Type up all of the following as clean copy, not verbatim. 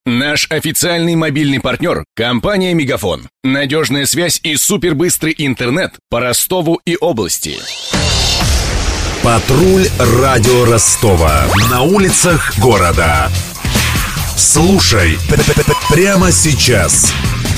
Наш официальный мобильный партнер – компания «Мегафон». Надежная связь и супербыстрый интернет по Ростову и области. Патруль радио Ростова. На улицах города. Слушай прямо сейчас.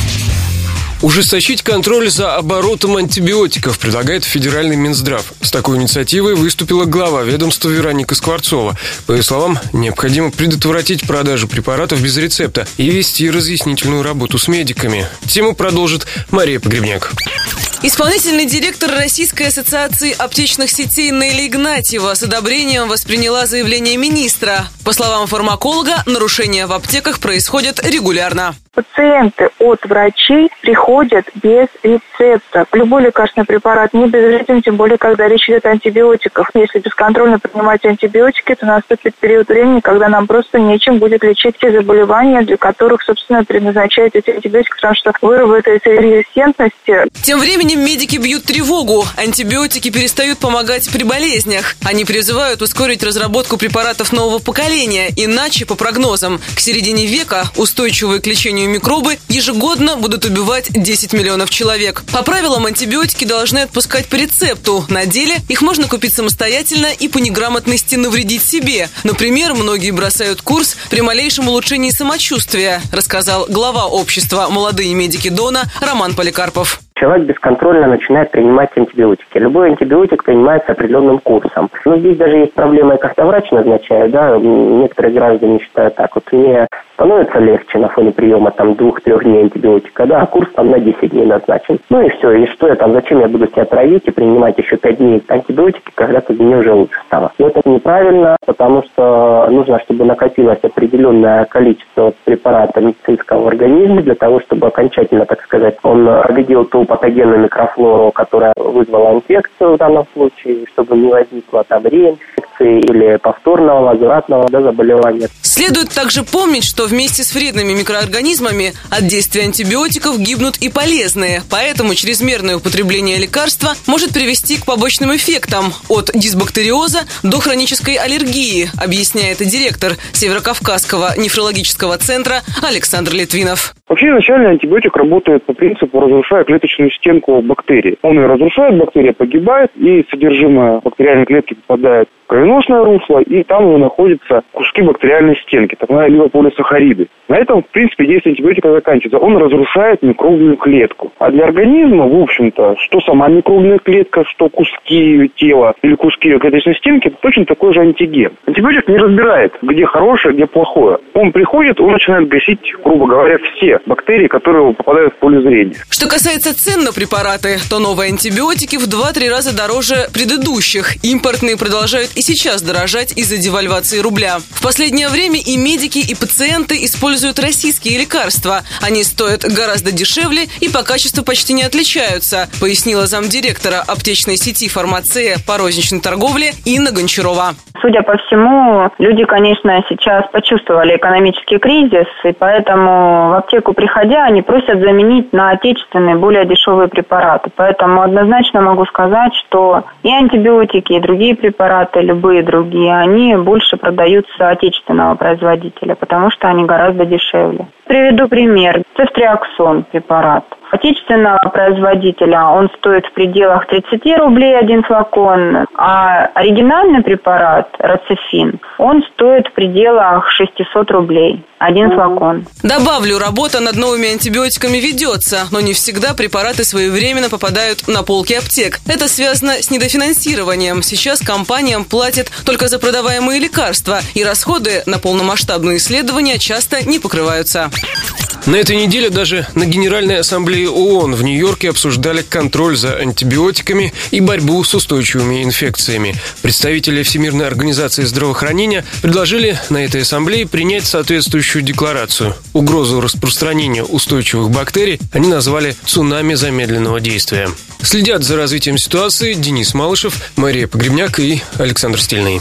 Ужесточить контроль за оборотом антибиотиков предлагает федеральный Минздрав. С такой инициативой выступила глава ведомства Вероника Скворцова. По ее словам, необходимо предотвратить продажу препаратов без рецепта и вести разъяснительную работу с медиками. Тему продолжит Мария Погребняк. Исполнительный директор Российской ассоциации аптечных сетей Нелли Игнатьева с одобрением восприняла заявление министра. По словам фармаколога, нарушения в аптеках происходят регулярно. Пациенты от врачей приходят без рецепта. Любой лекарственный препарат не безвреден, тем более, когда речь идет о антибиотиках. Если бесконтрольно принимать антибиотики, то наступит период времени, когда нам просто нечем будет лечить те заболевания, для которых, собственно, предназначают эти антибиотики, потому что выработается резистентность. Тем временем медики бьют тревогу. Антибиотики перестают помогать при болезнях. Они призывают ускорить разработку препаратов нового поколения. Иначе, по прогнозам, к середине века устойчивые к лечению микробы ежегодно будут убивать 10 миллионов человек. По правилам, антибиотики должны отпускать по рецепту. На деле их можно купить самостоятельно и по неграмотности навредить себе. Например, многие бросают курс при малейшем улучшении самочувствия, рассказал глава общества «Молодые медики Дона» Роман Поликарпов. Человек бесконтрольно начинает принимать антибиотики. Любой антибиотик принимается определенным курсом. Но здесь даже есть проблема, как-то врач назначает, да, некоторые граждане считают так, вот мне становится легче на фоне приема 2-3 дней антибиотика, да, а курс на 10 дней назначен. Ну и все, и что я зачем я буду себя травить и принимать еще 5 дней антибиотики, когда-то мне уже лучше стало. И это неправильно, потому что нужно, чтобы накопилось определенное количество препарата медицинского в организме, для того, чтобы окончательно, так сказать, он победил ту патогенную микрофлору, которая вызвала инфекцию в данном случае, чтобы не возникло реинфекции или повторного, возвратного заболевания. Следует также помнить, что вместе с вредными микроорганизмами от действия антибиотиков гибнут и полезные. Поэтому чрезмерное употребление лекарства может привести к побочным эффектам от дисбактериоза до хронической аллергии, объясняет директор Северокавказского нефрологического центра Александр Литвинов. Вообще, изначально антибиотик работает по принципу, разрушая клеточную стенку бактерий. Он ее разрушает, бактерия погибает, и содержимое бактериальной клетки попадает в кровеносное русло, и там находятся куски бактериальной стенки, так называемые полисахариды. На этом, в принципе, действие антибиотика заканчивается. Он разрушает микробную клетку. А для организма, в общем-то, что сама микробная клетка, что куски тела или куски клеточной стенки, это точно такой же антиген. Антибиотик не разбирает, где хорошее, где плохое. Он приходит, он начинает гасить, грубо говоря, все бактерии, которые попадают в поле зрения. Что касается цен на препараты, то новые антибиотики в 2-3 раза дороже предыдущих. Импортные продолжают и сейчас дорожать из-за девальвации рубля. В последнее время и медики, и пациенты используют российские лекарства. Они стоят гораздо дешевле и по качеству почти не отличаются, пояснила замдиректора аптечной сети «Фармация» по розничной торговле Инна Гончарова. Судя по всему, люди, конечно, сейчас почувствовали экономический кризис, и поэтому в аптеку приходя, они просят заменить на отечественные, более дешевые препараты. Поэтому однозначно могу сказать, что и антибиотики, и другие препараты, любые другие, они больше продаются отечественного производителя, потому что они гораздо дешевле. Приведу пример. Цефтриаксон препарат. Отечественного производителя он стоит в пределах 30 рублей один флакон, а оригинальный препарат, Рацифин, он стоит в пределах 600 рублей один флакон. Добавлю, работа над новыми антибиотиками ведется, но не всегда препараты своевременно попадают на полки аптек. Это связано с недофинансированием. Сейчас компаниям платят только за продаваемые лекарства, и расходы на полномасштабные исследования часто не покрываются. На этой неделе даже на Генеральной ассамблее ООН в Нью-Йорке обсуждали контроль за антибиотиками и борьбу с устойчивыми инфекциями. Представители Всемирной организации здравоохранения предложили на этой ассамблее принять соответствующую декларацию. Угрозу распространения устойчивых бактерий они назвали «цунами замедленного действия». Следят за развитием ситуации Денис Малышев, Мария Погребняк и Александр Стильный.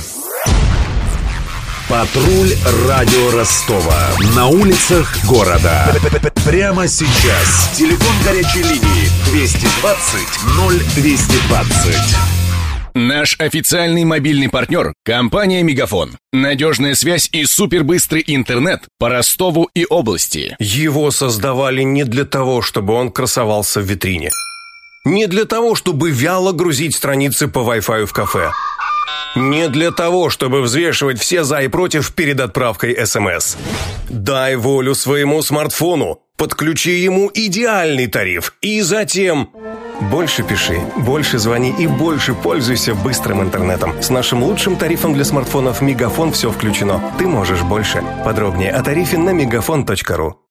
Патруль радио Ростова. На улицах города. Прямо сейчас. Телефон горячей линии 220 0220. Наш официальный мобильный партнер – компания «Мегафон». Надежная связь и супербыстрый интернет по Ростову и области. Его создавали не для того, чтобы он красовался в витрине. Не для того, чтобы вяло грузить страницы по Wi-Fi в кафе. Не для того, чтобы взвешивать все за и против перед отправкой СМС. Дай волю своему смартфону, подключи ему идеальный тариф и затем... Больше пиши, больше звони и больше пользуйся быстрым интернетом. С нашим лучшим тарифом для смартфонов «Мегафон» все включено. Ты можешь больше. Подробнее о тарифе на megafon.ru.